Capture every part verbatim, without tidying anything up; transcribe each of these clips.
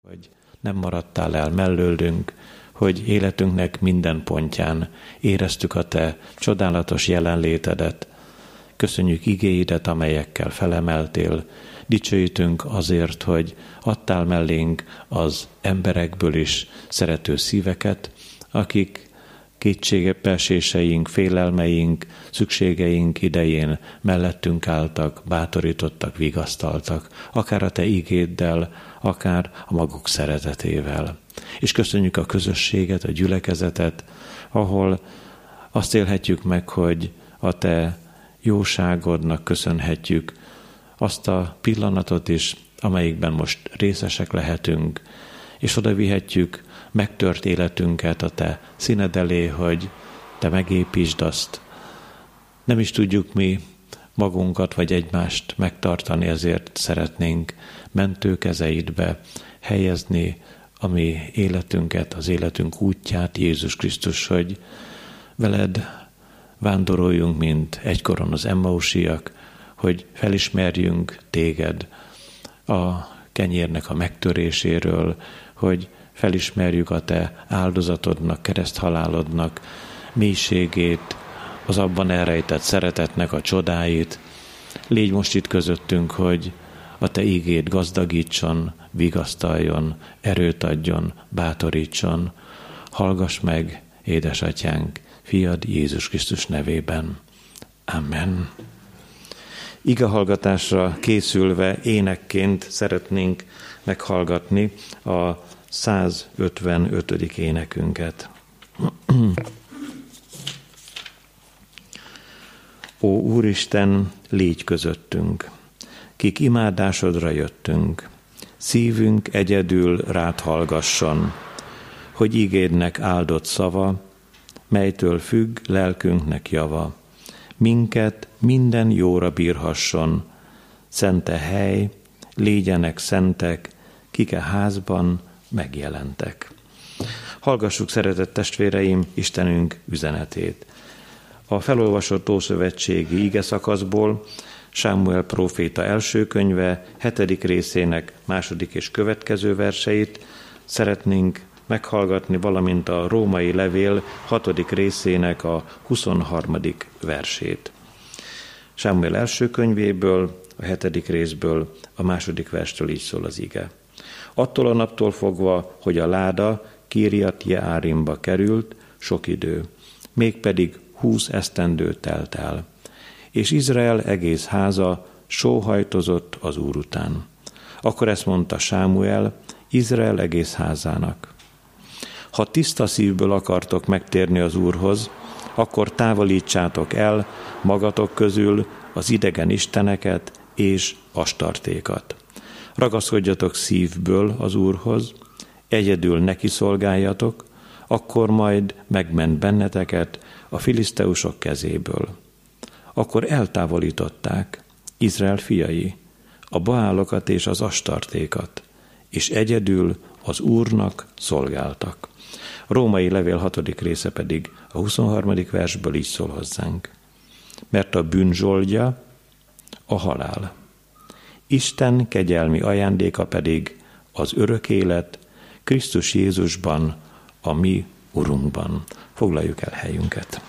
hogy nem maradtál el mellőlünk, hogy életünknek minden pontján éreztük a te csodálatos jelenlétedet. Köszönjük igéidet, amelyekkel felemeltél. Dicsőítünk azért, hogy adtál mellénk az emberekből is szerető szíveket, akik kétségbeeséseink, félelmeink, szükségeink idején mellettünk álltak, bátorítottak, vigasztaltak, akár a te igéddel, akár a maguk szeretetével. És köszönjük a közösséget, a gyülekezetet, ahol azt élhetjük meg, hogy a te jóságodnak köszönhetjük azt a pillanatot is, amelyikben most részesek lehetünk, és oda vihetjük megtört életünket a te színed elé, hogy te megépítsd azt. Nem is tudjuk mi magunkat vagy egymást megtartani, ezért szeretnénk mentő kezeidbe helyezni a mi életünket, az életünk útját, Jézus Krisztus, hogy veled vándoroljunk, mint egykoron az emmausiak, hogy felismerjünk téged a kenyérnek a megtöréséről, hogy felismerjük a te áldozatodnak, kereszthalálodnak mélységét, az abban elrejtett szeretetnek a csodáit. Légy most itt közöttünk, hogy a te ígéd gazdagítson, vigasztaljon, erőt adjon, bátorítson. Hallgass meg, édesatyánk, fiad Jézus Krisztus nevében. Amen. Igehallgatásra készülve énekként szeretnénk meghallgatni a százötvenötödik énekünket. Ó Úristen, légy közöttünk, kik imádásodra jöttünk, szívünk egyedül rád hallgasson, hogy ígédnek áldott szava, melytől függ lelkünknek java, minket minden jóra bírhasson, szente hely, légyenek szentek, kik e házban megjelentek. Hallgassuk, szeretett testvéreim, Istenünk üzenetét. A felolvasott ószövetségi igeszakaszból Sámuel próféta első könyve, hetedik részének második és következő verseit szeretnénk meghallgatni, valamint a római levél hatodik részének a huszonharmadik versét. Sámuel első könyvéből, a hetedik részből, a második verstől így szól az ige. Attól a naptól fogva, hogy a láda Kirjat Jeárimba került, sok idő, mégpedig húsz esztendő telt el, és Izrael egész háza sóhajtozott az Úr után. Akkor ezt mondta Sámuel Izrael egész házának. Ha tiszta szívből akartok megtérni az Úrhoz, akkor távolítsátok el magatok közül az idegen isteneket és astartékat. Ragaszkodjatok szívből az Úrhoz, egyedül neki szolgáljatok, akkor majd megment benneteket a filiszteusok kezéből. Akkor eltávolították Izrael fiai a baálokat és az astartékat, és egyedül az Úrnak szolgáltak. A római levél hatodik része pedig a huszonharmadik versből így szól hozzánk. Mert a bűn zsoldja a halál. Isten kegyelmi ajándéka pedig az örök élet Krisztus Jézusban, a mi Urunkban. Foglaljuk el helyünket.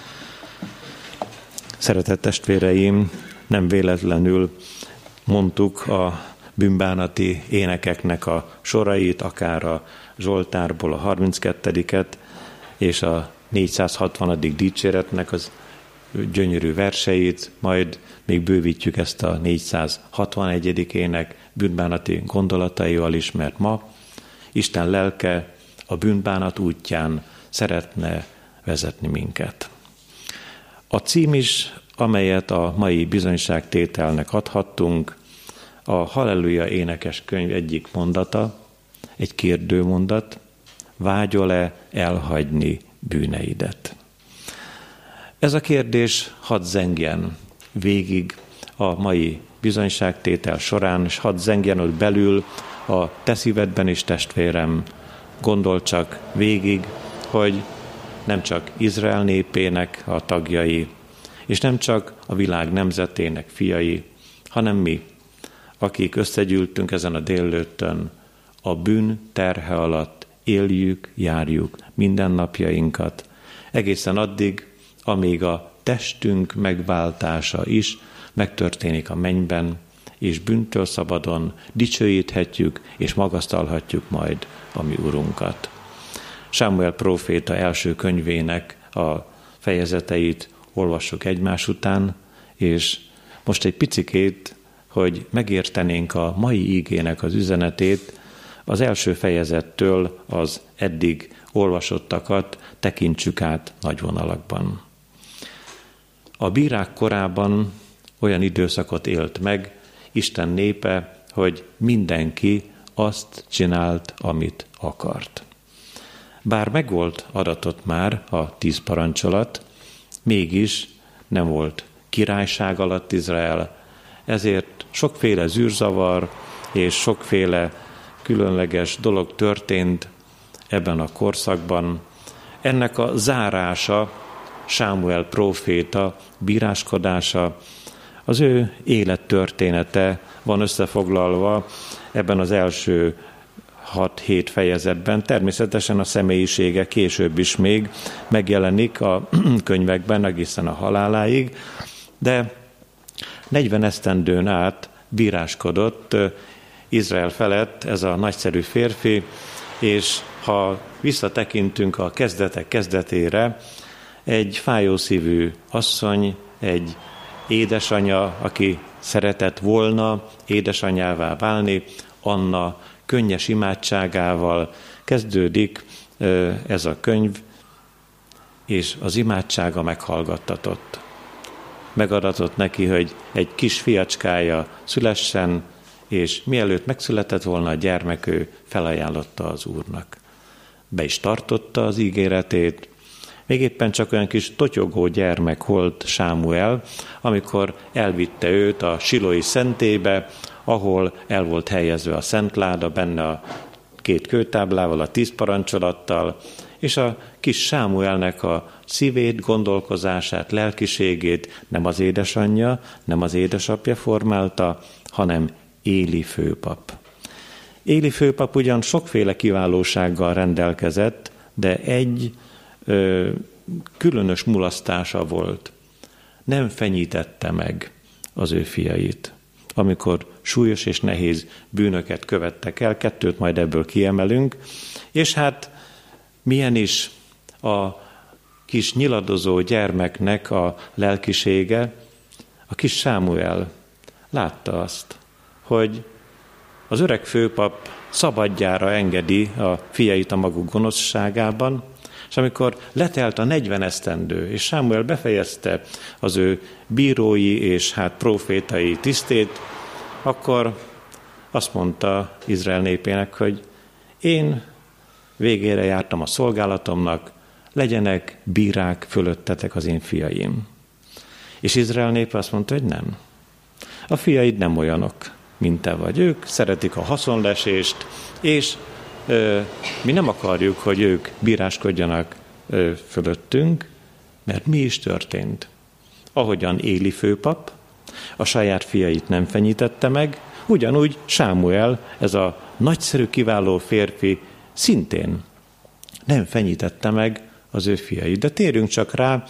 Szeretett testvéreim, nem véletlenül mondtuk a bűnbánati énekeknek a sorait, akár a Zsoltárból a harminckettediket és a négyszázhatvanadik dicséretnek az gyönyörű verseit, majd még bővítjük ezt a négyszázhatvanegyedik ének bűnbánati gondolataival is, mert ma Isten lelke a bűnbánat útján szeretne vezetni minket. A cím is, amelyet a mai bizonyságtételnek adhattunk, a Halleluja énekes könyv egyik mondata, egy kérdőmondat, vágyol-e elhagyni bűneidet? Ez a kérdés hadd zengjen végig a mai bizonyságtétel során, és hadd zengjen ott belül a te szívedben is, testvérem. Gondold csak végig, hogy nem csak Izrael népének a tagjai, és nem csak a világ nemzetének fiai, hanem mi, akik összegyűltünk ezen a délelőttön, a bűn terhe alatt éljük, járjuk mindennapjainkat, egészen addig, amíg a testünk megváltása is megtörténik a mennyben, és bűntől szabadon dicsőíthetjük és magasztalhatjuk majd a mi Urunkat. Sámuel próféta első könyvének a fejezeteit olvassuk egymás után, és most egy picikét, hogy megértenénk a mai ígének az üzenetét, az első fejezettől az eddig olvasottakat tekintsük át nagy vonalakban. A bírák korában olyan időszakot élt meg Isten népe, hogy mindenki azt csinált, amit akart. Bár megvolt adatot már a tíz parancsolat, mégis nem volt királyság alatt Izrael, ezért sokféle zűrzavar és sokféle különleges dolog történt ebben a korszakban. Ennek a zárása, Sámuel próféta bíráskodása, az ő élettörténete van összefoglalva ebben az első hat-hét fejezetben. Természetesen a személyisége később is még megjelenik a könyvekben egészen a haláláig, de negyven esztendőn át bíráskodott Izrael felett ez a nagyszerű férfi, és ha visszatekintünk a kezdetek kezdetére, egy fájószívű asszony, egy édesanya, aki szeretett volna édesanyává válni, Anna könnyes imádságával kezdődik ez a könyv, és az imádsága meghallgattatott. Megadatott neki, hogy egy kis fiacskája szülessen, és mielőtt megszületett volna a gyermek, ő felajánlotta az Úrnak. Be is tartotta az ígéretét, még éppen csak olyan kis totyogó gyermek volt Sámuel, amikor elvitte őt a silói szentélybe, ahol el volt helyezve a szentláda, benne a két kőtáblával, a tíz parancsolattal, és a kis Sámuelnek a szívét, gondolkozását, lelkiségét nem az édesanyja, nem az édesapja formálta, hanem Éli főpap. Éli főpap ugyan sokféle kiválósággal rendelkezett, de egy ö, különös mulasztása volt. Nem fenyítette meg az ő fiait, amikor súlyos és nehéz bűnöket követtek el, kettőt majd ebből kiemelünk, és hát milyen is a kis nyiladozó gyermeknek a lelkisége, a kis Sámuel látta azt, hogy az öreg főpap szabadjára engedi a fiait a maguk gonoszságában, és amikor letelt a negyven esztendő, és Sámuel befejezte az ő bírói és hát prófétai tisztét, akkor azt mondta Izrael népének, hogy én végére jártam a szolgálatomnak, legyenek bírák fölöttetek az én fiaim. És Izrael népe azt mondta, hogy nem. A fiaid nem olyanok, mint te vagy. Ők szeretik a haszonlesést, és ö, mi nem akarjuk, hogy ők bíráskodjanak ö, fölöttünk, mert mi is történt. Ahogyan Éli főpap a saját fiait nem fenyítette meg, ugyanúgy Sámuel, ez a nagyszerű, kiváló férfi szintén nem fenyítette meg az ő fiait. De térjünk csak rá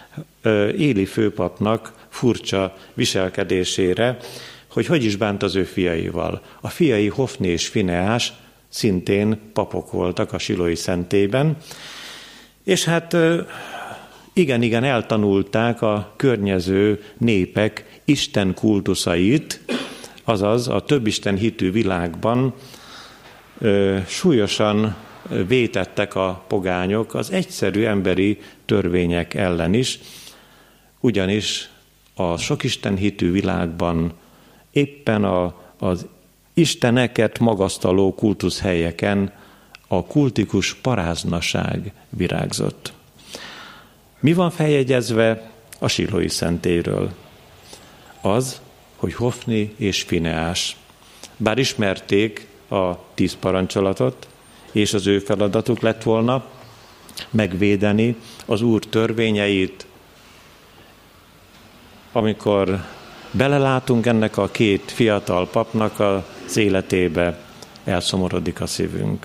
Éli főpapnak furcsa viselkedésére, hogy hogy is bánt az ő fiaival. A fiai Hofni és Fineás szintén papok voltak a silói szentélyben, és hát igen-igen eltanulták a környező népek Isten kultuszait, azaz a többisten hitű világban ö, súlyosan vétettek a pogányok az egyszerű emberi törvények ellen is, ugyanis a sokisten hitű világban éppen a, az isteneket magasztaló kultuszhelyeken a kultikus paráznaság virágzott. Mi van feljegyezve a silói szentélyről? Az, hogy Hofni és Fineás, bár ismerték a tíz parancsolatot, és az ő feladatuk lett volna megvédeni az Úr törvényeit, amikor belelátunk ennek a két fiatal papnak az életébe, elszomorodik a szívünk.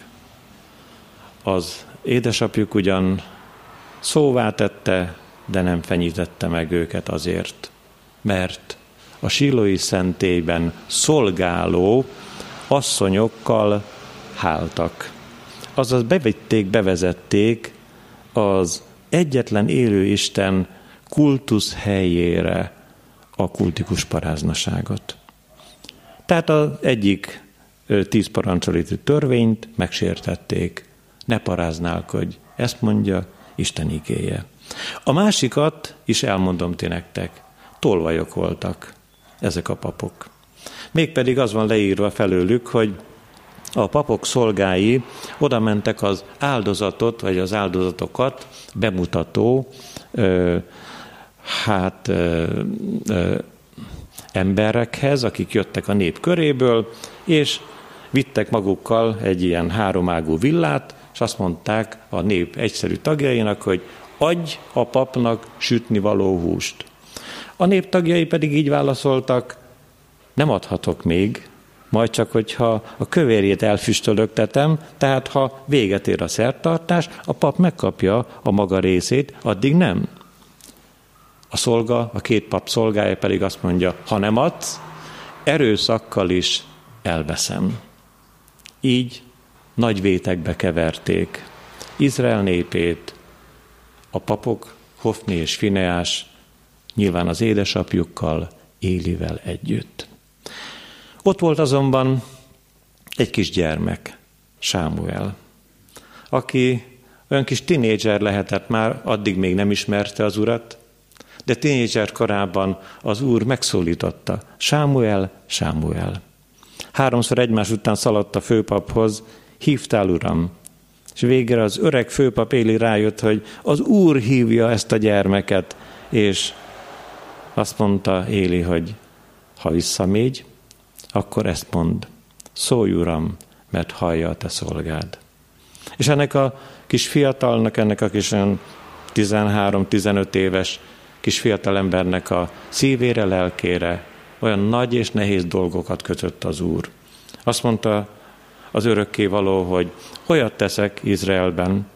Az édesapjuk ugyan szóvá tette, de nem fenyítette meg őket azért, mert a sílói szentélyben szolgáló asszonyokkal háltak. Azaz bevitték, bevezették az egyetlen élő Isten kultusz helyére a kultikus paráznaságot. Tehát az egyik tíz parancsolati törvényt megsértették. Ne paráználkodj, ezt mondja Isten igéje. A másikat is elmondom ti nektek. Tolvajok voltak ezek a papok. Mégpedig az van leírva felőlük, hogy a papok szolgái oda mentek az áldozatot, vagy az áldozatokat bemutató ö, hát ö, ö, emberekhez, akik jöttek a nép köréből, és vittek magukkal egy ilyen háromágú villát, és azt mondták a nép egyszerű tagjainak, hogy adj a papnak sütni való húst. A nép tagjai pedig így válaszoltak, nem adhatok még, majd csak, hogyha a kövérjét elfüstölögtetem, tehát ha véget ér a szertartás, a pap megkapja a maga részét, addig nem. A szolga, a két pap szolgája pedig azt mondja, ha nem adsz, erőszakkal is elveszem. Így nagy vétekbe keverték Izrael népét, a papok, Hofni és Fineás, nyilván az édesapjukkal, Élivel együtt. Ott volt azonban egy kis gyermek, Sámuel, aki olyan kis tinédzser lehetett már, addig még nem ismerte az Urat, de tinédzser korában az Úr megszólította, Sámuel, Sámuel. Háromszor egymás után szaladt a főpaphoz, hívtál, Uram, és végre az öreg főpap Éli rájött, hogy az Úr hívja ezt a gyermeket, és azt mondta Éli, hogy ha visszamégy, akkor ezt mondd, szólj, Uram, mert hallja a te szolgád. És ennek a kis fiatalnak, ennek a kis tizenhárom-tizenöt éves kis fiatalembernek a szívére, lelkére olyan nagy és nehéz dolgokat kötött az Úr. Azt mondta az örökkévaló, hogy olyat teszek Izraelben,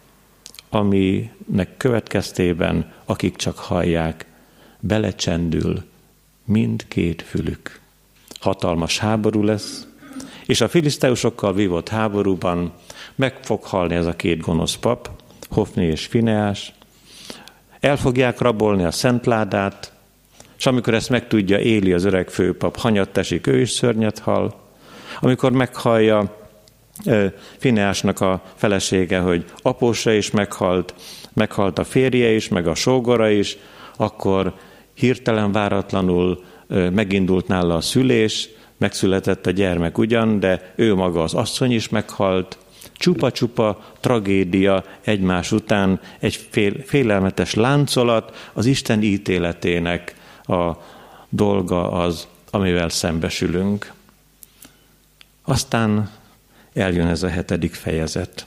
aminek következtében, akik csak hallják, belecsendül mindkét fülük. Hatalmas háború lesz, és a filiszteusokkal vívott háborúban meg fog halni ez a két gonosz pap, Hofni és Fineás, el fogják rabolni a szentládát, és amikor ezt megtudja Éli, az öreg főpap, hanyat esik, ő is szörnyet hal. Amikor meghallja Fineásnak a felesége, hogy apósa is meghalt, meghalt a férje is, meg a sógora is, akkor hirtelen váratlanul megindult nála a szülés, megszületett a gyermek ugyan, de ő maga az asszony is meghalt. Csupa-csupa tragédia egymás után, egy fél, félelmetes láncolat, az Isten ítéletének a dolga az, amivel szembesülünk. Aztán eljön ez a hetedik fejezet.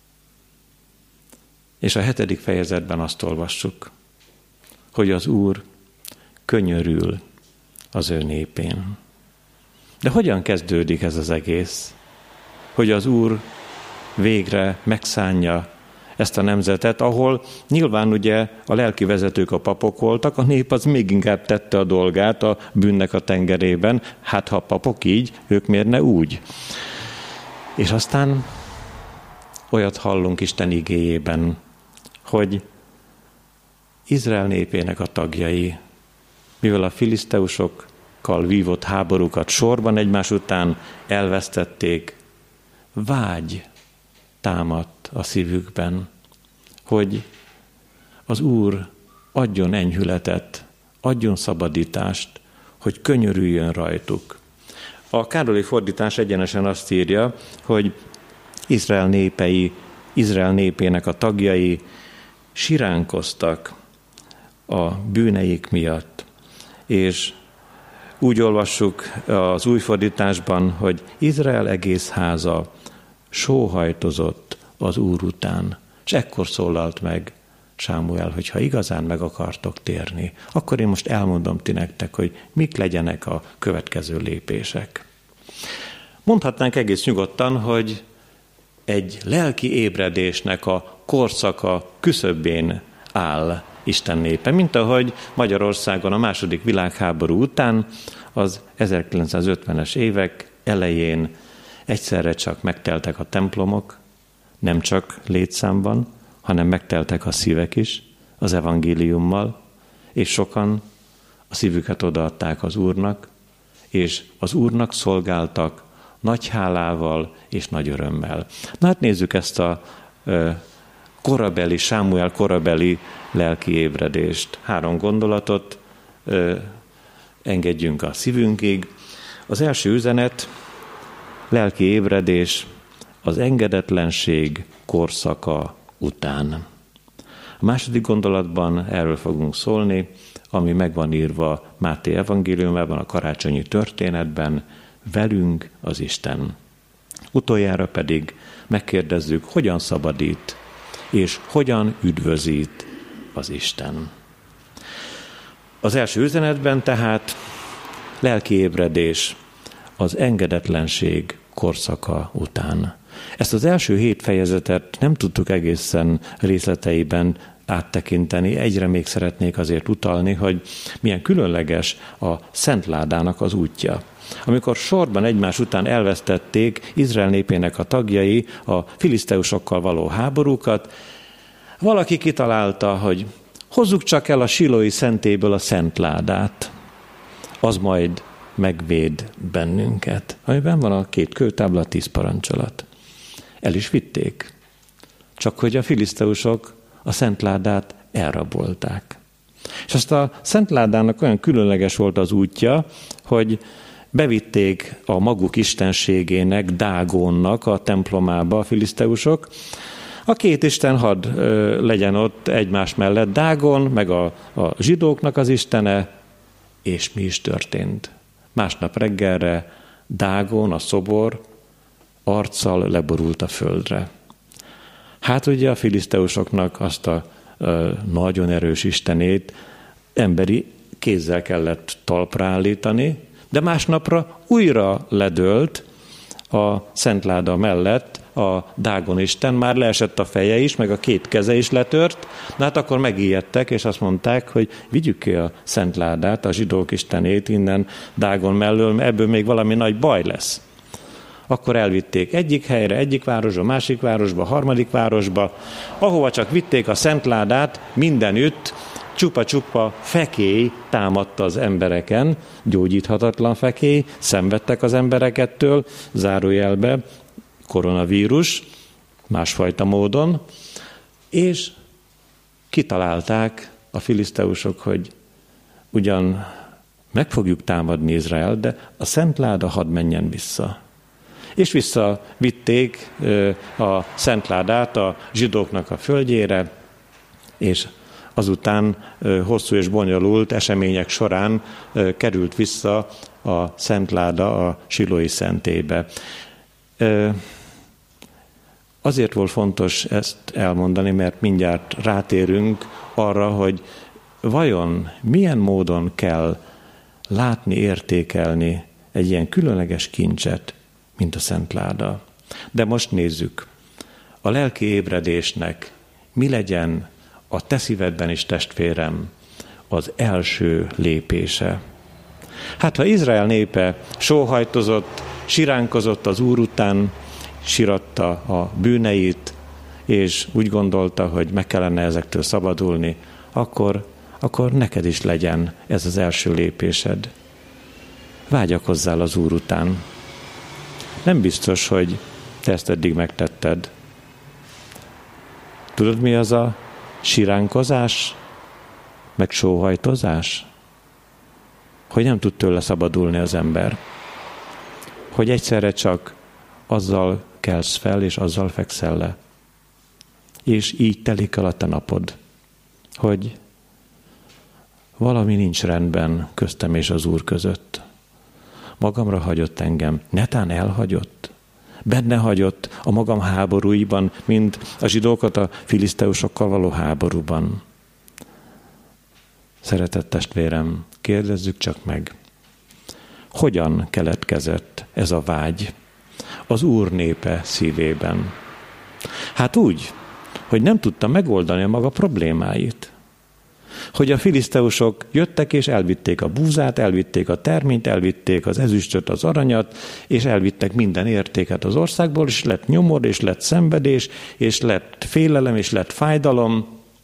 És a hetedik fejezetben azt olvassuk, hogy az Úr könyörül az ő népén. De hogyan kezdődik ez az egész? Hogy az Úr végre megszánja ezt a nemzetet, ahol nyilván ugye a lelki vezetők a papok voltak, a nép az még inkább tette a dolgát a bűnnek a tengerében, hát ha a papok így, ők miért ne úgy? És aztán olyat hallunk Isten igéjében, hogy Izrael népének a tagjai, mivel a filiszteusokkal vívott háborúkat sorban egymás után elvesztették, vágy támadt a szívükben, hogy az Úr adjon enyhületet, adjon szabadítást, hogy könyörüljön rajtuk. A Károlyi fordítás egyenesen azt írja, hogy Izrael népei, Izrael népének a tagjai siránkoztak a bűneik miatt. És úgy olvassuk az új fordításban, hogy Izrael egész háza sóhajtozott az Úr után. És ekkor szólalt meg Sámuel, hogy ha igazán meg akartok térni, akkor én most elmondom ti nektek, hogy mik legyenek a következő lépések. Mondhatnánk egész nyugodtan, hogy egy lelki ébredésnek a korszaka küszöbén áll Isten népe, mint ahogy Magyarországon a második világháború után az ezerkilencszázötvenes évek elején egyszerre csak megteltek a templomok, nem csak létszámban, hanem megteltek a szívek is az evangéliummal, és sokan a szívüket odaadták az Úrnak, és az Úrnak szolgáltak nagy hálával és nagy örömmel. Na hát nézzük ezt a ö, korabeli, Sámuel korabeli lelki ébredést. Három gondolatot ö, engedjünk a szívünkig. Az első üzenet, lelki ébredés az engedetlenség korszaka után. A második gondolatban erről fogunk szólni, ami meg van írva Máté evangéliumában, a karácsonyi történetben, velünk az Isten. Utoljára pedig megkérdezzük, hogyan szabadít, és hogyan üdvözít az Isten. Az első üzenetben tehát lelki ébredés az engedetlenség korszaka után. Ezt az első hét fejezetet nem tudtuk egészen részleteiben áttekinteni. Egyre még szeretnék azért utalni, hogy milyen különleges a Szentládának az útja. Amikor sorban egymás után elvesztették Izrael népének a tagjai a filiszteusokkal való háborúkat, valaki kitalálta, hogy hozzuk csak el a silói szentélyből a Szentládát, az majd megvéd bennünket. Amiben van a két kőtábla, tíz parancsolat. El is vitték. Csak hogy a filiszteusok a Szentládát elrabolták. És azt a Szentládának olyan különleges volt az útja, hogy bevitték a maguk istenségének, Dágonnak a templomába a filiszteusok. A két isten hadd ö, legyen ott egymás mellett, Dágon, meg a, a zsidóknak az istene, és mi is történt. Másnap reggelre Dágon, a szobor arccal leborult a földre. Hát ugye a filiszteusoknak azt a ö, nagyon erős istenét emberi kézzel kellett talpra állítani, de másnapra újra ledőlt a Szentláda mellett a Dágon isten, már leesett a feje is, meg a két keze is letört, de hát akkor megijedtek, és azt mondták, hogy vigyük ki a Szentládát, a zsidók istenét innen Dágon mellől, ebből még valami nagy baj lesz. Akkor elvitték egyik helyre, egyik városba, másik városba, harmadik városba, ahova csak vitték a Szentládát, mindenütt csupa-csupa fekély támadta az embereken, gyógyíthatatlan fekély, szenvedtek az emberekettől, zárójelbe, koronavírus, másfajta módon, és kitalálták a filiszteusok, hogy ugyan meg fogjuk támadni Izrael, de a Szentláda hadd menjen vissza. És visszavitték a Szentládát a zsidóknak a földjére, és azután hosszú és bonyolult események során került vissza a Szentláda a silói szentélybe. Azért volt fontos ezt elmondani, mert mindjárt rátérünk arra, hogy vajon milyen módon kell látni, értékelni egy ilyen különleges kincset, mint a Szentláda. De most nézzük, a lelki ébredésnek mi legyen a te szívedben is, testvérem, az első lépése. Hát ha Izrael népe sóhajtozott, siránkozott az Úr után, siratta a bűneit, és úgy gondolta, hogy meg kellene ezektől szabadulni, akkor, akkor neked is legyen ez az első lépésed. Vágyakozzál az Úr után. Nem biztos, hogy te ezt eddig megtetted. Tudod, mi az a siránkozás, meg sóhajtozás? Hogy nem tud tőle szabadulni az ember. Hogy egyszerre csak azzal kelsz fel, és azzal fekszel le. És így telik el a te napod, hogy valami nincs rendben köztem és az Úr között. Magamra hagyott engem, netán elhagyott. Benne hagyott a magam háborúiban, mint a zsidókat a filiszteusokkal való háborúban. Szeretett testvérem, kérdezzük csak meg, hogyan keletkezett ez a vágy? az Úr népe szívében? Hát úgy, hogy nem tudta megoldani a maga problémáit. Hogy a filiszteusok jöttek és elvitték a búzát, elvitték a terményt, elvitték az ezüstöt, az aranyat, és elvittek minden értéket az országból, és lett nyomor, és lett szenvedés, és lett félelem, és lett fájdalom.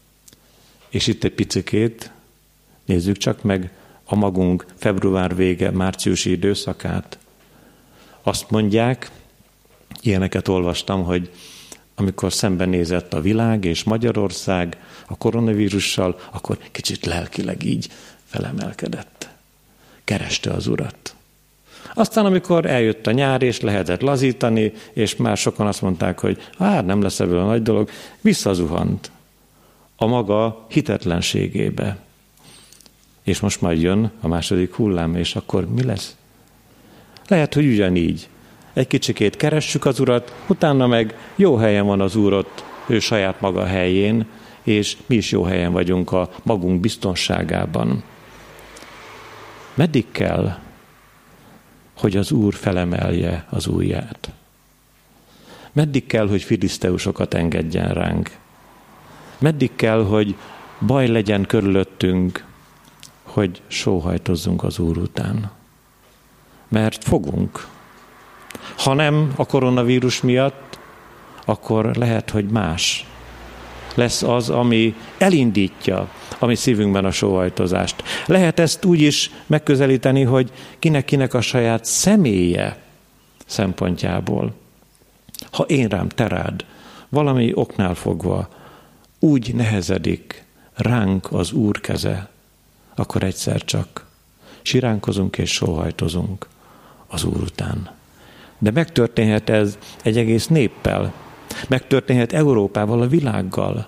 És itt egy picikét nézzük csak meg a magunk február vége, márciusi időszakát. Azt mondják, ilyeneket olvastam, hogy amikor szembenézett a világ és Magyarország a koronavírussal, akkor kicsit lelkileg így felemelkedett. Kereste az Urat. Aztán, amikor eljött a nyár, és lehetett lazítani, és már sokan azt mondták, hogy hát nem lesz ebből a nagy dolog, visszazuhant a maga hitetlenségébe. És most majd jön a második hullám, és akkor mi lesz? Lehet, hogy ugyanígy. Egy kicsikét keressük az Urat, utána meg jó helyen van az Úr ott, ő saját maga helyén, és mi is jó helyen vagyunk a magunk biztonságában. Meddig kell, hogy az Úr felemelje az ujját? Meddig kell, hogy filiszteusokat engedjen ránk? Meddig kell, hogy baj legyen körülöttünk, hogy sóhajtozzunk az Úr után? Mert fogunk. Ha nem a koronavírus miatt, akkor lehet, hogy más lesz az, ami elindítja a mi szívünkben a sóhajtozást. Lehet ezt úgy is megközelíteni, hogy kinek-kinek a saját személye szempontjából. Ha én rám, te rád, valami oknál fogva úgy nehezedik ránk az Úr keze, akkor egyszer csak siránkozunk és sóhajtozunk az Úr után. De megtörténhet ez egy egész néppel, megtörténhet Európával, a világgal.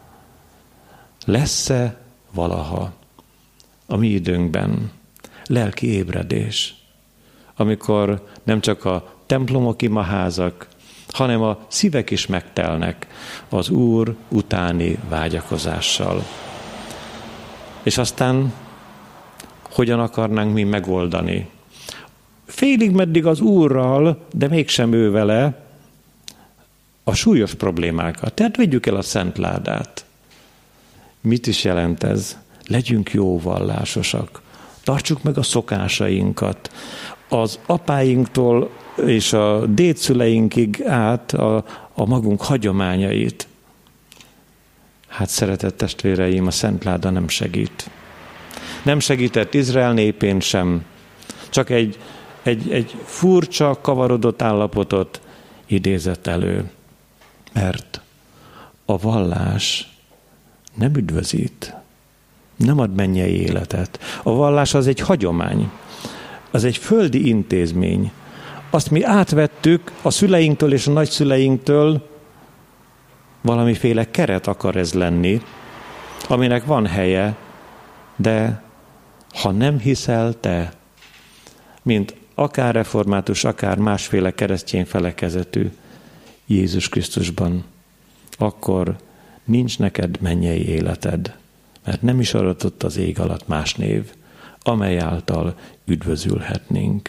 Lesz-e valaha a mi időnkben lelki ébredés, amikor nem csak a templomok, imaházak, hanem a szívek is megtelnek az Úr utáni vágyakozással. És aztán hogyan akarnánk mi megoldani? Félig meddig az Úrral, de mégsem ő vele a súlyos problémákat. Tehát vigyük el a szentládát. Mit is jelent ez? Legyünk jó vallásosak. Tartsuk meg a szokásainkat. Az apáinktól és a dédszüleinkig át a, a magunk hagyományait. Hát szeretett testvéreim, a szentláda nem segít. Nem segített Izrael népén sem. Csak egy, egy, egy furcsa, kavarodott állapotot idézett elő. Mert a vallás nem üdvözít, nem ad mennyei életet. A vallás az egy hagyomány, az egy földi intézmény. Azt mi átvettük a szüleinktől és a nagyszüleinktől, valamiféle keret akar ez lenni, aminek van helye, de ha nem hiszel te, mint akár református, akár másféle keresztény felekezetű Jézus Krisztusban, akkor nincs neked mennyei életed, mert nem is aratott az ég alatt más név, amely által üdvözülhetnénk.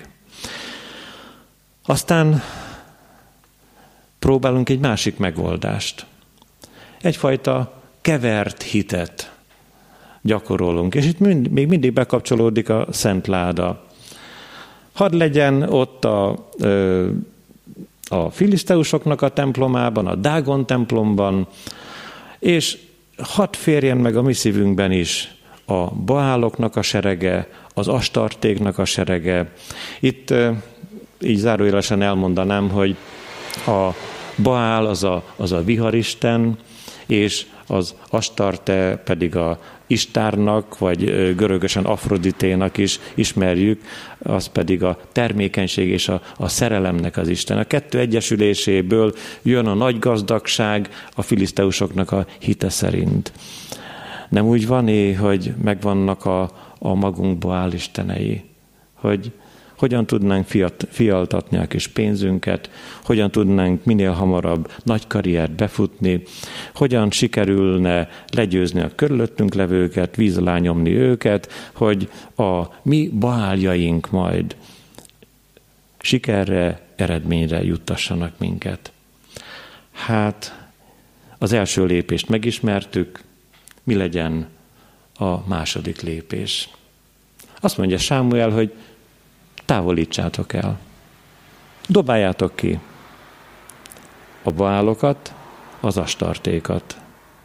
Aztán próbálunk egy másik megoldást. Egyfajta kevert hitet gyakorolunk, és itt mind, még mindig bekapcsolódik a szentláda. Hadd legyen ott a, a filiszteusoknak a templomában, a Dágon templomban, és hadd férjen meg a mi szívünkben is a Baáloknak a serege, az Astartéknak a serege. Itt így zárójelesen elmondanám, hogy a Baál az a, az a viharisten, és az Astarte pedig a Istárnak, vagy görögösen Afroditénak is ismerjük, az pedig a termékenység és a, a szerelemnek az Isten. A kettő egyesüléséből jön a nagy gazdagság a filiszteusoknak a hite szerint. Nem úgy van-e, hogy megvannak a, a magunk Baál istenei, hogy hogyan tudnánk fiat, fialtatni a kis pénzünket, hogyan tudnánk minél hamarabb nagy karriert befutni, hogyan sikerülne legyőzni a körülöttünk levőket, víz alá nyomni őket, hogy a mi Baáljaink majd sikerre, eredményre juttassanak minket. Hát az első lépést megismertük, mi legyen a második lépés? Azt mondja Sámuel, hogy távolítsátok el. Dobáljátok ki a baálokat, az astartékat.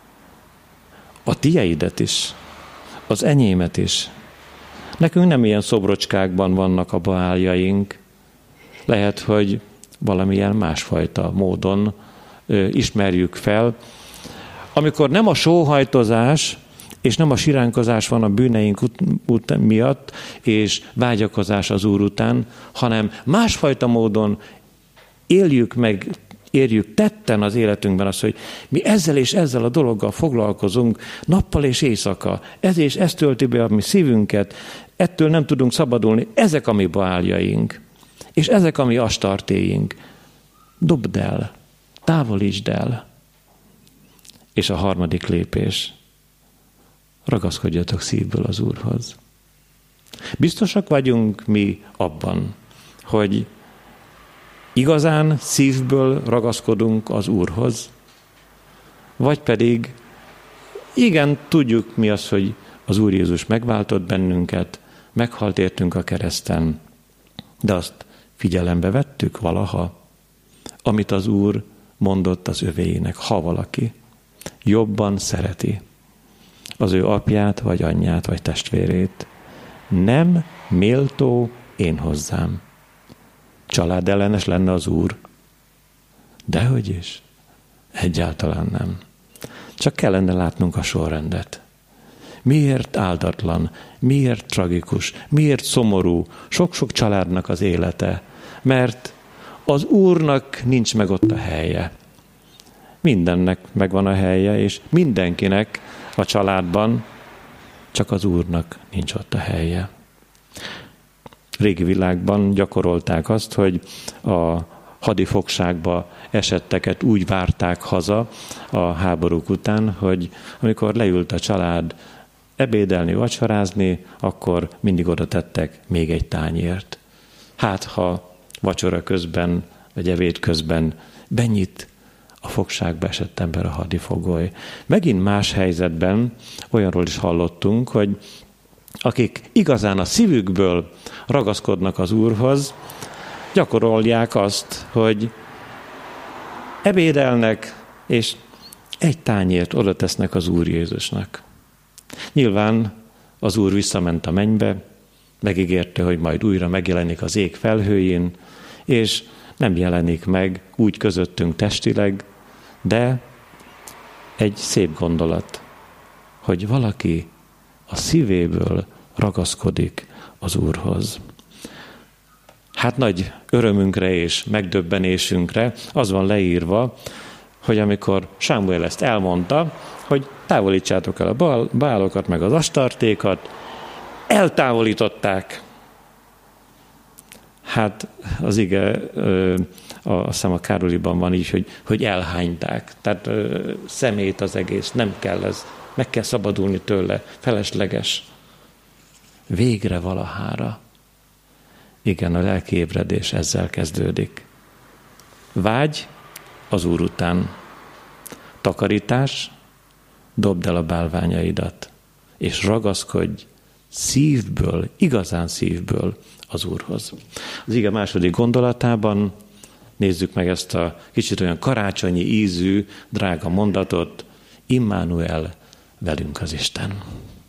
A tieidet is, az enyémet is. Nekünk nem ilyen szobrocskákban vannak a baáljaink. Lehet, hogy valamilyen másfajta módon ö, ismerjük fel. Amikor nem a sóhajtozás és nem a siránkozás van a bűneink ut- ut- miatt, és vágyakozás az Úr után, hanem másfajta módon éljük meg, érjük tetten az életünkben azt, hogy mi ezzel és ezzel a dologgal foglalkozunk nappal és éjszaka. Ez és ez tölti be a mi szívünket, ettől nem tudunk szabadulni. Ezek a mi baáljaink, és ezek a mi astartéink. Dobd el, távolítsd el. És a harmadik lépés. Ragaszkodjatok szívből az Úrhoz. Biztosak vagyunk mi abban, hogy igazán szívből ragaszkodunk az Úrhoz, vagy pedig igen, tudjuk mi az, hogy az Úr Jézus megváltott bennünket, meghalt értünk a kereszten, de azt figyelembe vettük valaha, amit az Úr mondott az övéinek, ha valaki jobban szereti az ő apját, vagy anyját, vagy testvérét, nem méltó én hozzám. Családellenes lenne az Úr? Dehogy is. Egyáltalán nem. Csak kellene látnunk a sorrendet. Miért áldatlan, miért tragikus, miért szomorú sok-sok családnak az élete? Mert az Úrnak nincs meg ott a helye. Mindennek megvan a helye, és mindenkinek a családban, csak az Úrnak nincs ott a helye. Régi világban gyakorolták azt, hogy a hadifogságba esetteket úgy várták haza a háborúk után, hogy amikor leült a család ebédelni, vacsorázni, akkor mindig oda tettek még egy tányért. Hát, ha vacsora közben, vagy evét közben benyit a fogságba esett ember a hadifogoly. Megint más helyzetben olyanról is hallottunk, hogy akik igazán a szívükből ragaszkodnak az Úrhoz, gyakorolják azt, hogy ebédelnek, és egy tányért oda tesznek az Úr Jézusnak. Nyilván az Úr visszament a mennybe, megígérte, hogy majd újra megjelenik az ég felhőjén, és nem jelenik meg úgy közöttünk testileg, de egy szép gondolat, hogy valaki a szívéből ragaszkodik az Úrhoz. Hát nagy örömünkre és megdöbbenésünkre az van leírva, hogy amikor Sámuel ezt elmondta, hogy távolítsátok el a bálokat meg az astartékat, eltávolították. Hát az ige, azt hiszem a Károliban van így, hogy, hogy elhányták. Tehát szemét az egész, nem kell ez, meg kell szabadulni tőle, felesleges. Végre valahára. Igen, a lelki ébredés ezzel kezdődik. Vágy az Úr után. Takarítás, dobd el a bálványaidat, és ragaszkodj szívből, igazán szívből az Úrhoz. Az ige második gondolatában nézzük meg ezt a kicsit olyan karácsonyi ízű, drága mondatot, Immanuel, velünk az Isten.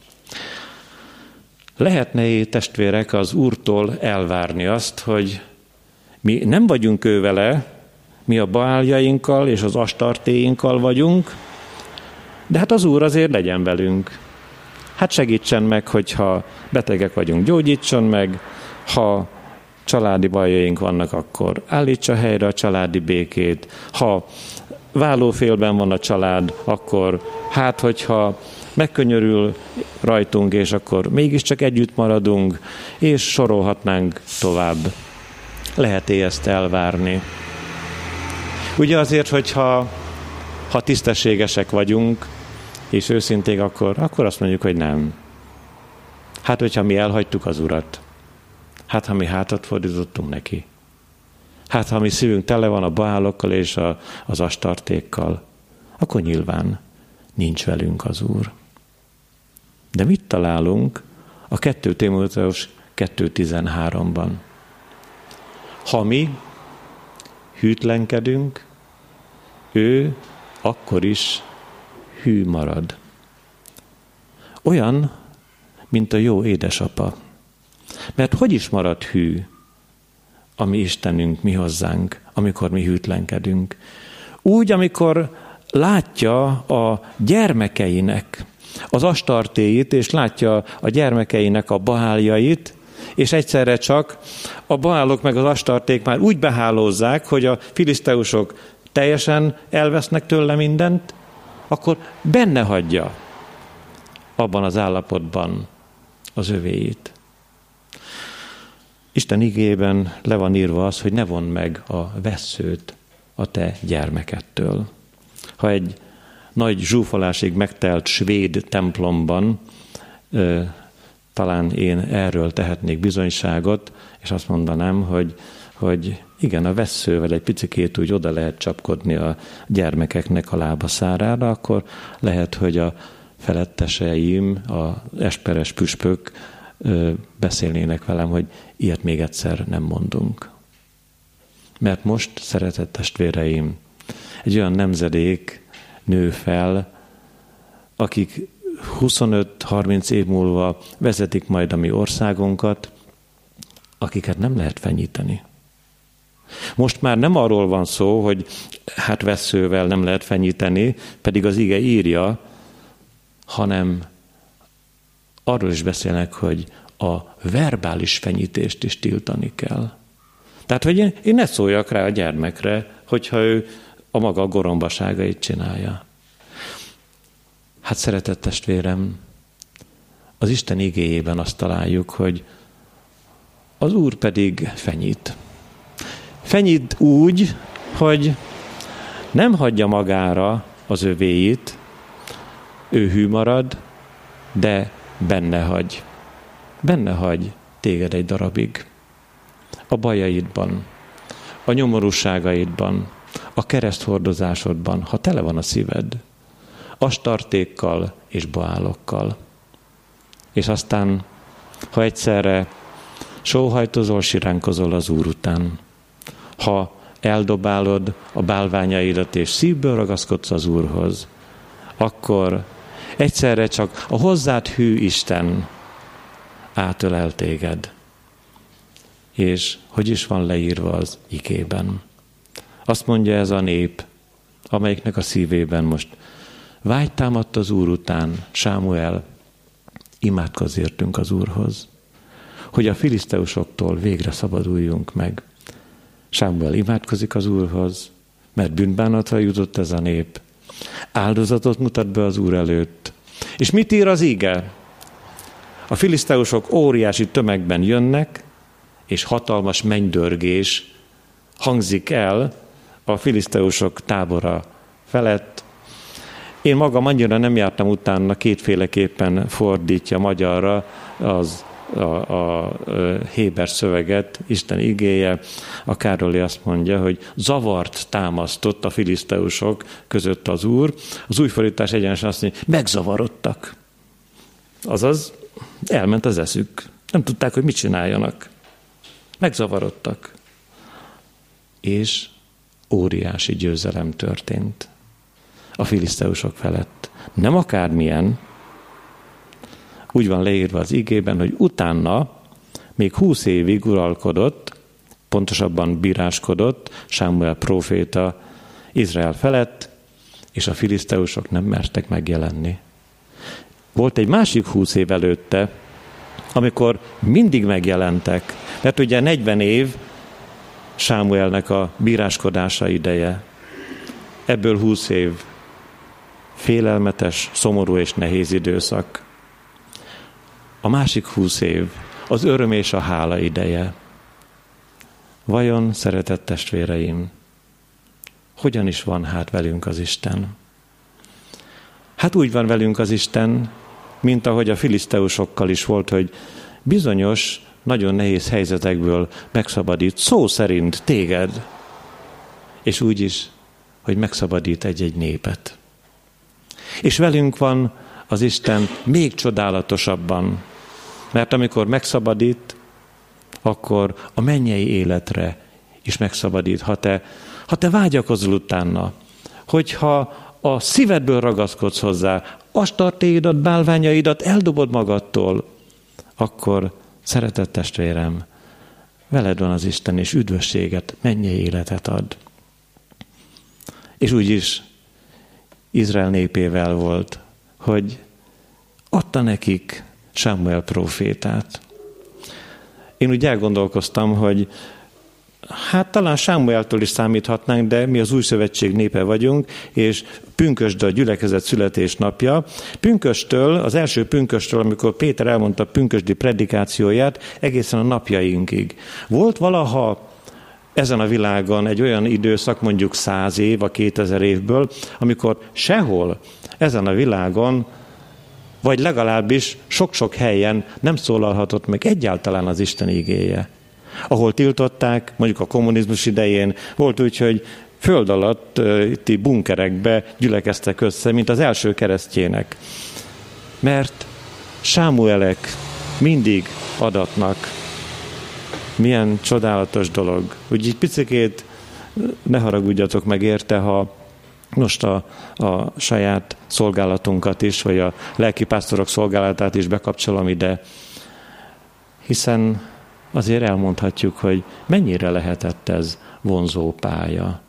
Lehetne, testvérek, az Úrtól elvárni azt, hogy mi nem vagyunk ő vele, mi a baáljainkkal és az astartéinkkal vagyunk, de hát az Úr azért legyen velünk. Hát segítsen meg, hogyha betegek vagyunk, gyógyítson meg, ha családi bajaink vannak, akkor állítsa helyre a családi békét, ha vállófélben van a család, akkor hát, hogyha megkönyörül rajtunk, és akkor mégiscsak együtt maradunk, és sorolhatnánk tovább. Lehet-e ezt elvárni? Ugye azért, hogyha ha tisztességesek vagyunk, és őszinték, akkor, akkor azt mondjuk, hogy nem. Hát, hogyha mi elhagytuk az Urat, hát, ha mi hátat fordítottunk neki, Hát, ha mi szívünk tele van a baálokkal és a, az astartékkal, akkor nyilván nincs velünk az Úr. De mit találunk a kettő Timóteus kettő tizenháromban? Ha mi hűtlenkedünk, ő akkor is hű marad. Olyan, mint a jó édesapa. Mert hogy is marad hű a mi Istenünk mi hozzánk, amikor mi hűtlenkedünk? Úgy, amikor látja a gyermekeinek az astartéit, és látja a gyermekeinek a baáljait, és egyszerre csak a baálok meg az astarték már úgy behálózzák, hogy a filiszteusok teljesen elvesznek tőle mindent, akkor benne hagyja abban az állapotban az övéit. Isten igében le van írva az, hogy ne vondd meg a vesszőt a te gyermekettől. Ha egy nagy zsúfolásig megtelt svéd templomban, ö, talán én erről tehetnék bizonyságot, és azt mondanám, hogy, hogy igen, a vesszővel egy picikét úgy oda lehet csapkodni a gyermekeknek a lábaszárára, akkor lehet, hogy a feletteseim, az esperes püspök ö, beszélnének velem, hogy ilyet még egyszer nem mondunk. Mert most, szeretett testvéreim, egy olyan nemzedék nő fel, akik huszonöt-harminc év múlva vezetik majd a mi országunkat, akiket nem lehet fenyíteni. Most már nem arról van szó, hogy hát vesszővel nem lehet fenyíteni, pedig az ige írja, hanem arról is beszélnek, hogy a verbális fenyítést is tiltani kell. Tehát, hogy én, én ne szóljak rá a gyermekre, hogyha ő a maga gorombaságait csinálja. Hát szeretett testvérem, az Isten igéjében azt találjuk, hogy az Úr pedig fenyít. Fenyít úgy, hogy nem hagyja magára az övéit, ő hű marad, de benne hagy. Benne hagy téged egy darabig. A bajaidban, a nyomorúságaidban, a kereszthordozásodban, ha tele van a szíved, astartékkal és baálokkal. És aztán, ha egyszerre sóhajtozol, siránkozol az Úr után, ha eldobálod a bálványaidat és szívből ragaszkodsz az Úrhoz, akkor egyszerre csak a hozzád hű Isten átölel téged. És hogy is van leírva az igében? Azt mondja ez a nép, amelyiknek a szívében most vágy támadt az Úr után, Sámuel, imádkozz értünk az Úrhoz, hogy a filiszteusoktól végre szabaduljunk meg. Sámuel imádkozik az Úrhoz, mert bűnbánatra jutott ez a nép. Áldozatot mutat be az Úr előtt. És mit ír az ige? A filiszteusok óriási tömegben jönnek, és hatalmas mennydörgés hangzik el a filiszteusok tábora felett. Én magam annyira nem jártam utána, kétféleképpen fordítja magyarra az a, a, a héber szöveget, Isten igéje. A Károli azt mondja, hogy zavart támasztott a filiszteusok között az Úr. Az új fordítás egyenesen azt mondja, megzavarodtak. Azaz, elment az eszük. Nem tudták, hogy mit csináljanak. Megzavarodtak. És óriási győzelem történt a filiszteusok felett. Nem akármilyen, úgy van leírva az igében, hogy utána még húsz évig uralkodott, pontosabban bíráskodott Sámuel próféta Izrael felett, és a filiszteusok nem mertek megjelenni. Volt egy másik húsz év előtte, amikor mindig megjelentek, mert ugye negyven év Sámuelnek a bíráskodása ideje. Ebből húsz év félelmetes, szomorú és nehéz időszak. A másik húsz év az öröm és a hála ideje. Vajon, szeretett testvéreim, hogyan is van hát velünk az Isten? Hát úgy van velünk az Isten, mint ahogy a filiszteusokkal is volt, hogy bizonyos nagyon nehéz helyzetekből megszabadít, szó szerint téged, és úgy is, hogy megszabadít egy-egy népet. És velünk van az Isten még csodálatosabban, mert amikor megszabadít, akkor a mennyei életre is megszabadít, ha te, ha te vágyakozol utána, hogyha a szívedből ragaszkodsz hozzá, astartéidat, bálványaidat eldobod magadtól, akkor szeretett testvérem, veled van az Isten, és üdvösséget, mennyei életet ad. És úgy is Izrael népével volt, hogy adta nekik Sámuel prófétát. Én úgy elgondolkoztam, hogy hát talán Sámueltől is számíthatnánk, de mi az új szövetség népe vagyunk, és pünkösd a gyülekezet születésnapja. Pünkösttől, az első pünkösttől, amikor Péter elmondta a pünkösdi predikációját, egészen a napjainkig. Volt valaha ezen a világon egy olyan időszak, mondjuk száz év, a kétezer évből, amikor sehol ezen a világon, vagy legalábbis sok-sok helyen nem szólalhatott meg egyáltalán az Isten igéje. Ahol tiltották, mondjuk a kommunizmus idején, volt úgy, hogy föld alatti bunkerekbe gyülekeztek össze, mint az első keresztjének. Mert Sámuelek mindig adatnak. Milyen csodálatos dolog. Úgy egy picikét ne haragudjatok meg érte, ha most a, a saját szolgálatunkat is, vagy a lelkipásztorok szolgálatát is bekapcsolom ide, hiszen azért elmondhatjuk, hogy mennyire lehetett ez vonzó pálya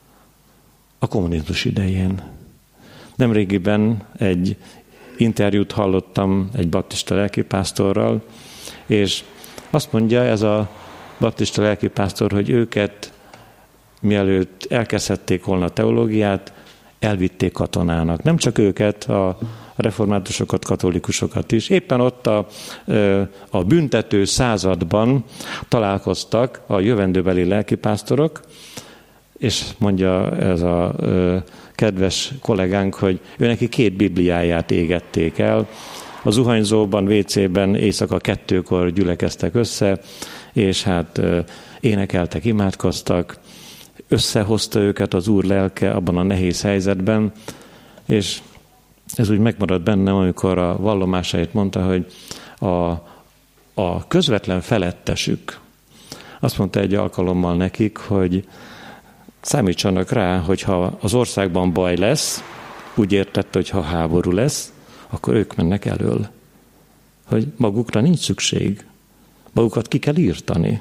a kommunizmus idején. Nemrégiben egy interjút hallottam egy baptista lelkipásztorral, és azt mondja ez a baptista lelkipásztor, hogy őket, mielőtt elkezdhették volna a teológiát, elvitték katonának. Nem csak őket, a reformátusokat, katolikusokat is. Éppen ott a, a büntető században találkoztak a jövendőbeli lelkipásztorok, és mondja ez a kedves kollégánk, hogy ő neki két bibliáját égették el. A zuhanyzóban, vécében éjszaka kettőkor gyülekeztek össze, és hát énekeltek, imádkoztak, összehozta őket az Úr lelke abban a nehéz helyzetben, és ez úgy megmaradt bennem, amikor a vallomásait mondta, hogy a, a közvetlen felettesük azt mondta egy alkalommal nekik, hogy számítsanak rá, hogyha az országban baj lesz, úgy értette, hogy ha háború lesz, akkor ők mennek elől. Hogy magukra nincs szükség. Magukat ki kell írtani.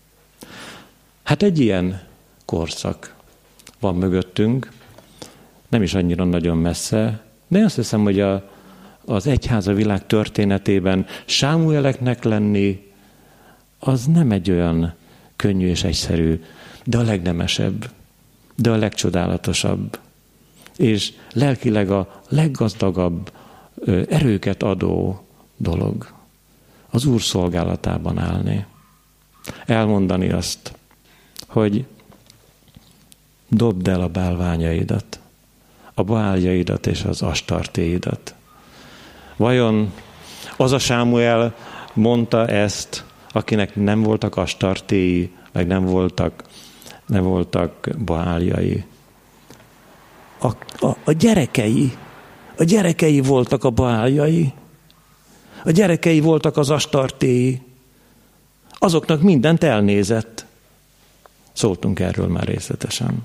Hát egy ilyen korszak van mögöttünk, nem is annyira nagyon messze, de én azt hiszem, hogy a, az egyház a világ történetében Sámueleknek lenni, az nem egy olyan könnyű és egyszerű, de a legnemesebb, de a legcsodálatosabb, és lelkileg a leggazdagabb erőket adó dolog. Az Úr szolgálatában állni. Elmondani azt, hogy dobd el a bálványaidat, a baáljaidat és az astartéidat. Vajon az a Sámuel mondta ezt, akinek nem voltak astartéi, meg nem voltak, nem voltak baáljai? A, a, a gyerekei, a gyerekei voltak a baáljai, a gyerekei voltak az astartéi, azoknak mindent elnézett. Szóltunk erről már részletesen.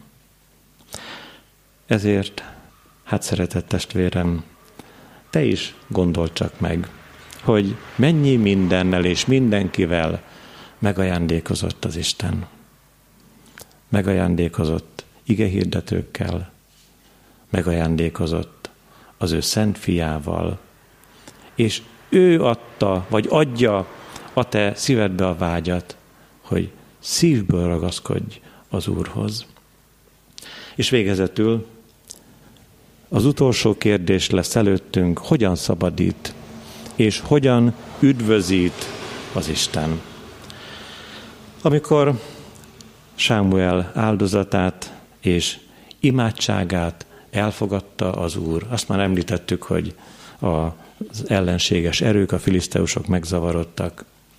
Ezért, hát szeretett testvérem, te is gondold csak meg, hogy mennyi mindennel és mindenkivel megajándékozott az Isten. Megajándékozott igehirdetőkkel, megajándékozott az ő szent fiával, és ő adta, vagy adja a te szívedbe a vágyat, hogy szívből ragaszkodj az Úrhoz. És végezetül az utolsó kérdés lesz előttünk, hogyan szabadít, és hogyan üdvözít az Isten. Amikor Sámuel áldozatát és imádságát elfogadta az Úr, azt már említettük, hogy az ellenséges erők, a filiszteusok megzavarodtak,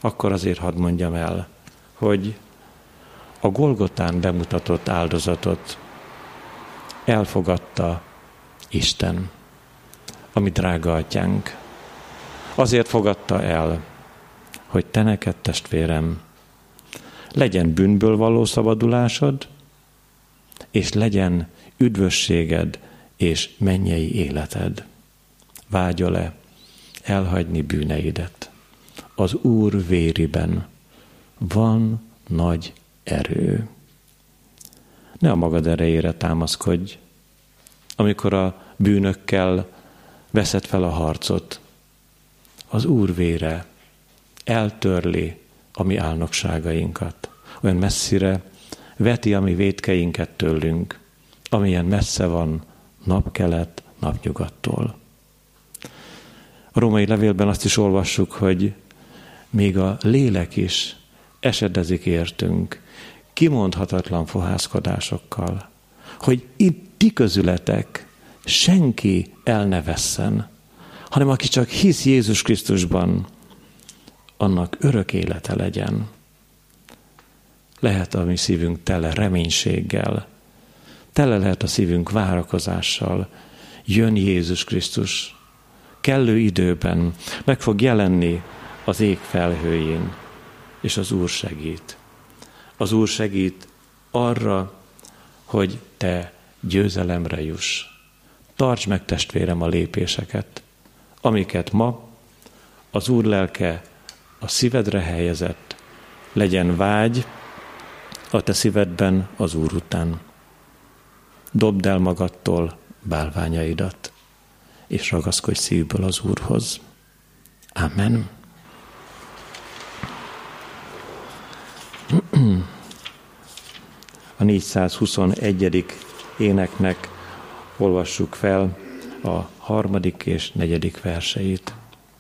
akkor azért hadd mondjam el, hogy a Golgotán bemutatott áldozatot elfogadta Isten, ami drága atyánk. Azért fogadta el, hogy te neked, testvérem, legyen bűnből való szabadulásod, és legyen üdvösséged és mennyei életed. Vágyol-e elhagyni bűneidet? Az Úr vériben van nagy erő. Ne a magad erejére támaszkodj, amikor a bűnökkel veszed fel a harcot. Az Úr vére eltörli a mi álnokságainkat. Olyan messzire veti a mi vétkeinket tőlünk, amilyen messze van napkelet napnyugattól. A római levélben azt is olvassuk, hogy még a lélek is esedezik értünk, kimondhatatlan fohászkodásokkal, hogy itt ti közületek senki el ne vesszen, hanem aki csak hisz Jézus Krisztusban, annak örök élete legyen. Lehet a mi szívünk tele reménységgel, tele lehet a szívünk várakozással. Jön Jézus Krisztus, kellő időben meg fog jelenni az ég felhőjén, és az Úr segít. Az Úr segít arra, hogy te győzelemre juss. Tartsd meg, testvérem, a lépéseket, amiket ma az Úr lelke a szívedre helyezett. Legyen vágy a te szívedben az Úr után. Dobd el magadtól bálványaidat, és ragaszkodj szívből az Úrhoz. Amen. A négyszázhuszonegyedik éneknek olvassuk fel a harmadik és negyedik verseit.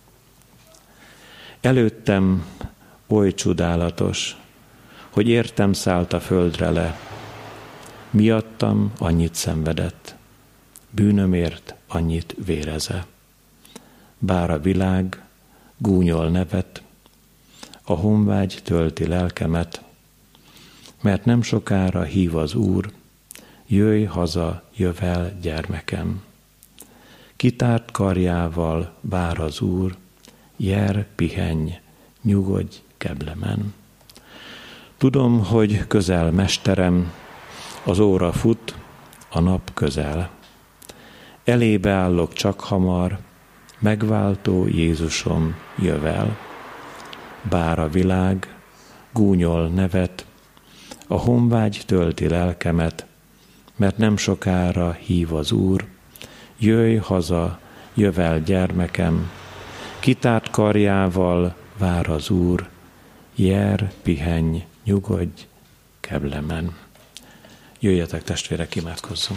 Előttem oly csodálatos, hogy értem szállt a földre le. Miattam annyit szenvedett, bűnömért annyit véreze. Bár a világ gúnyol nevet, a honvágy tölti lelkemet, mert nem sokára hív az Úr, jöjj haza, jövel, gyermekem. Kitárt karjával vár az Úr, jer, pihenj, nyugodj keblemen. Tudom, hogy közel mesterem, az óra fut, a nap közel. Elébe állok csak hamar, megváltó Jézusom jövel. Bár a világ gúnyol nevet, a honvágy tölti lelkemet, mert nem sokára hív az Úr, jöjj haza, jövel, gyermekem, kitárt karjával vár az Úr, jer, pihenj, nyugodj keblemen. Jöjjetek, testvérek, imádkozzunk.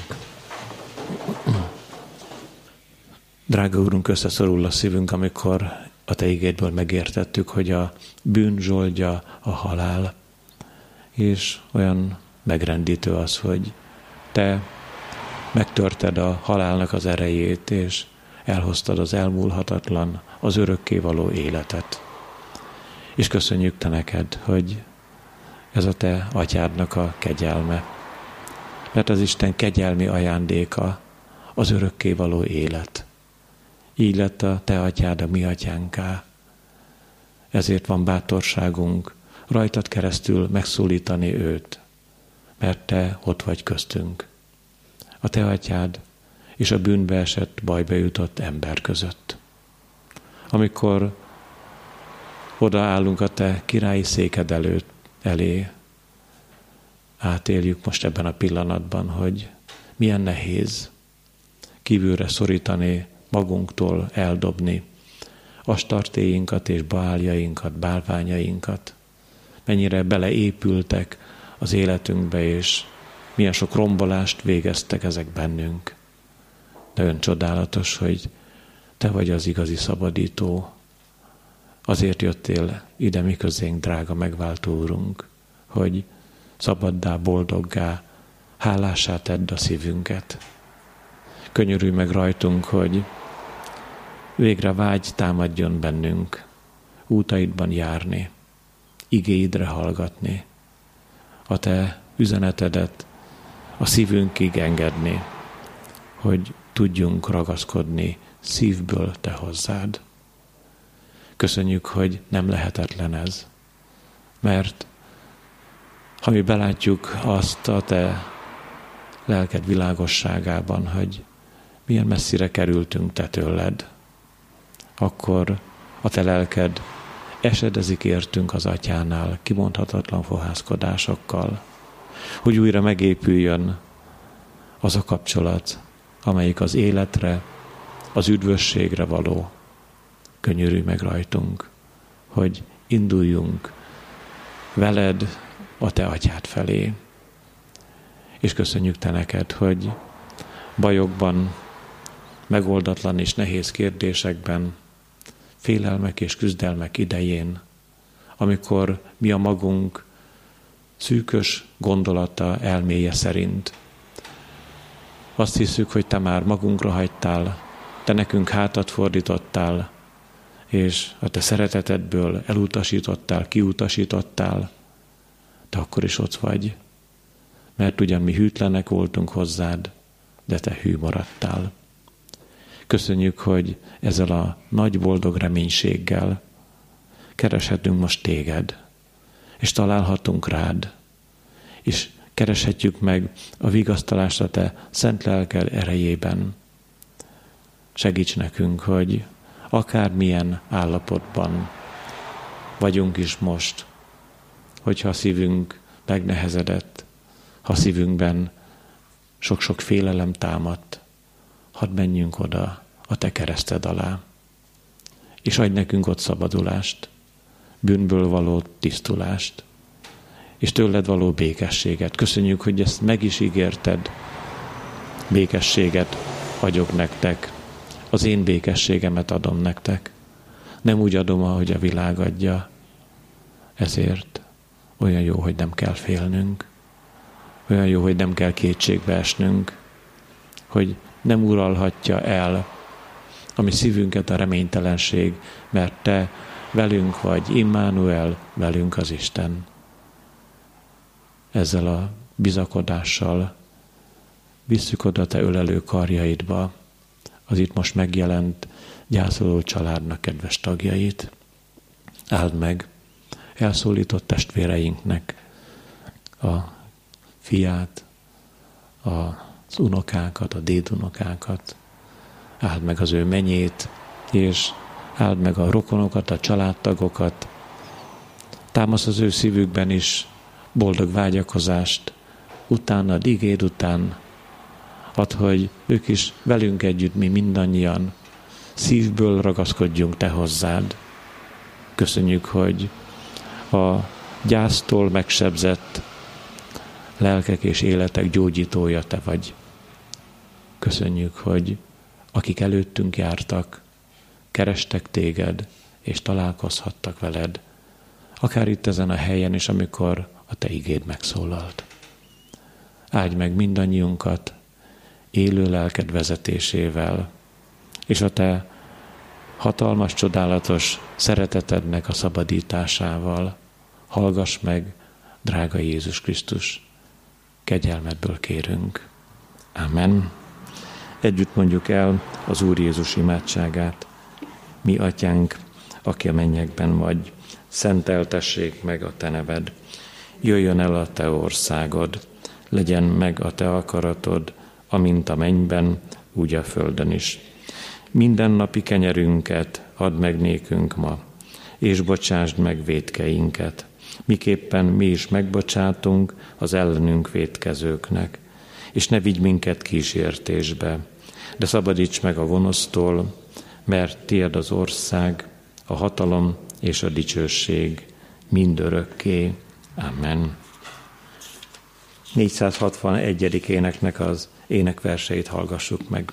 Drága Úrunk, összeszorul a szívünk, amikor a Te igédből megértettük, hogy a bűn zsoldja a halál, és olyan megrendítő az, hogy Te megtörted a halálnak az erejét, és elhoztad az elmúlhatatlan, az örökkévaló életet. És köszönjük Te neked, hogy ez a Te atyádnak a kegyelme, mert az Isten kegyelmi ajándéka az örökkévaló élet. Így lett a Te atyád a mi atyánká. Ezért van bátorságunk rajtad keresztül megszólítani őt, mert Te ott vagy köztünk. A Te atyád és a bűnbe esett, bajba jutott ember között. Amikor odaállunk a Te királyi széked előtt, elé, átéljük most ebben a pillanatban, hogy milyen nehéz kívülre szorítani, magunktól eldobni astartéinkat és baáljainkat, bálványainkat. Mennyire beleépültek az életünkbe, és milyen sok rombolást végeztek ezek bennünk. De olyan csodálatos, hogy Te vagy az igazi szabadító. Azért jöttél ide mi közénk, drága megváltó Úrunk, hogy szabaddá, boldoggá, hálássá tedd a szívünket. Könyörülj meg rajtunk, hogy végre vágy támadjon bennünk útaidban járni. igéidre hallgatni, a te üzenetedet a szívünkig engedni, hogy tudjunk ragaszkodni szívből te hozzád. Köszönjük, hogy nem lehetetlen ez, mert ha mi belátjuk azt a te lelked világosságában, hogy milyen messzire kerültünk te tőled, akkor a te lelked esedezik értünk az atyánál kimondhatatlan fohászkodásokkal, hogy újra megépüljön az a kapcsolat, amelyik az életre, az üdvösségre való. Könyörülj meg rajtunk, hogy induljunk veled a te atyád felé. És köszönjük te neked, hogy bajokban, megoldatlan és nehéz kérdésekben, félelmek és küzdelmek idején, amikor mi a magunk szűkös gondolata, elméje szerint azt hiszük, hogy te már magunkra hagytál, te nekünk hátat fordítottál, és a te szeretetedből elutasítottál, kiutasítottál, de akkor is ott vagy, mert ugyan mi hűtlenek voltunk hozzád, de te hű maradtál. Köszönjük, hogy ezzel a nagy boldog reménységgel kereshetünk most téged, és találhatunk rád, és kereshetjük meg a vigasztalást a te szent lelked erejében. Segíts nekünk, hogy akármilyen állapotban vagyunk is most, hogyha a szívünk megnehezedett, ha szívünkben sok-sok félelem támadt, hadd menjünk oda a te kereszted alá, és adj nekünk ott szabadulást, bűnből való tisztulást, és tőled való békességet. Köszönjük, hogy ezt meg is ígérted. Békességet adok nektek. Az én békességemet adom nektek. Nem úgy adom, ahogy a világ adja. Ezért olyan jó, hogy nem kell félnünk. Olyan jó, hogy nem kell kétségbe esnünk. Hogy nem uralhatja el a mi szívünket a reménytelenség, mert te velünk vagy, Immanuel, velünk az Isten. Ezzel a bizakodással visszük oda te ölelő karjaidba az itt most megjelent gyászoló családnak kedves tagjait. Áld meg elszólított testvéreinknek a fiát, az unokákat, a dédunokákat. Áld meg az ő menyét, és áld meg a rokonokat, a családtagokat. Támasz az ő szívükben is boldog vágyakozást, utánad, igéd után, add, hogy ők is velünk együtt, mi mindannyian szívből ragaszkodjunk te hozzád. Köszönjük, hogy a gyásztól megsebzett lelkek és életek gyógyítója te vagy. Köszönjük, hogy akik előttünk jártak, kerestek téged, és találkozhattak veled, akár itt ezen a helyen is, amikor a te igéd megszólalt. Áldj meg mindannyiunkat élő lelked vezetésével, és a te hatalmas, csodálatos szeretetednek a szabadításával. Hallgass meg, drága Jézus Krisztus, kegyelmedből kérünk. Amen. Együtt mondjuk el az Úr Jézus imádságát. Mi atyánk, aki a mennyekben vagy, szenteltessék meg a te neved. Jöjjön el a te országod, legyen meg a te akaratod, amint a mennyben, úgy a földön is. Minden napi kenyerünket add meg nékünk ma, és bocsásd meg vétkeinket, miképpen mi is megbocsátunk az ellenünk vétkezőknek. És ne vigy minket kísértésbe, de szabadíts meg a gonosztól, mert tied az ország, a hatalom és a dicsőség mindörökké. Amen. négyszázhatvanegyedik éneknek az énekverseit hallgassuk meg.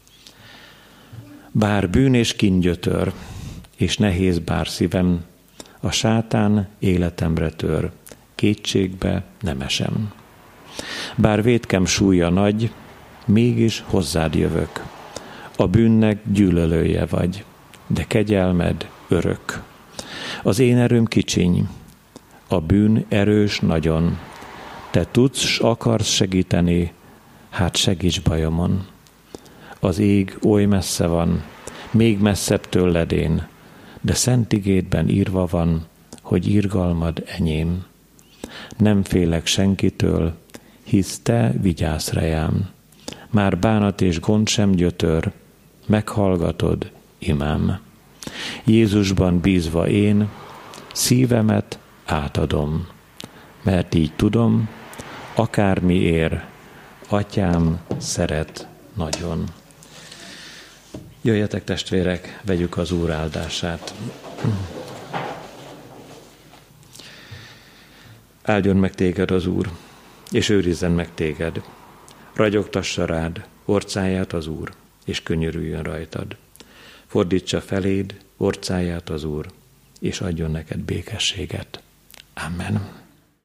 Bár bűn és kíngyötör, és nehéz bár szívem, a sátán életemre tör, kétségbe nem esem. Bár vétkem súlya nagy, mégis hozzád jövök. A bűnnek gyűlölője vagy, de kegyelmed örök. Az én erőm kicsiny, A bűn erős nagyon. Te tudsz, s akarsz segíteni, hát segíts bajomon. Az ég oly messze van, még messzebb tőled én, de szent igédben írva van, hogy irgalmad enyém. Nem félek senkitől, hisz te vigyázz rejám. Már bánat és gond sem gyötör, meghallgatod, imám. Jézusban bízva én szívemet átadom, mert így tudom, akármi ér, atyám szeret nagyon. Jöjjetek, testvérek, vegyük az Úr áldását. Áldjon meg téged az Úr, és őrizzen meg téged. Ragyogtassa rád orcáját az Úr, és könyörüljön rajtad. Fordítsa feléd orcáját az Úr, és adjon neked békességet. Amen.